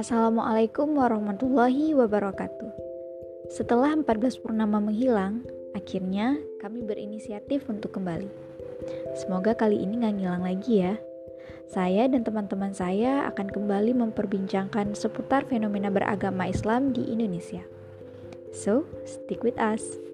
Assalamualaikum warahmatullahi wabarakatuh. Setelah 14 purnama menghilang, akhirnya kami berinisiatif untuk kembali. Semoga kali ini gak ngilang lagi ya. Saya dan teman-teman saya akan kembali memperbincangkan seputar fenomena beragama Islam di Indonesia. So, stick with us.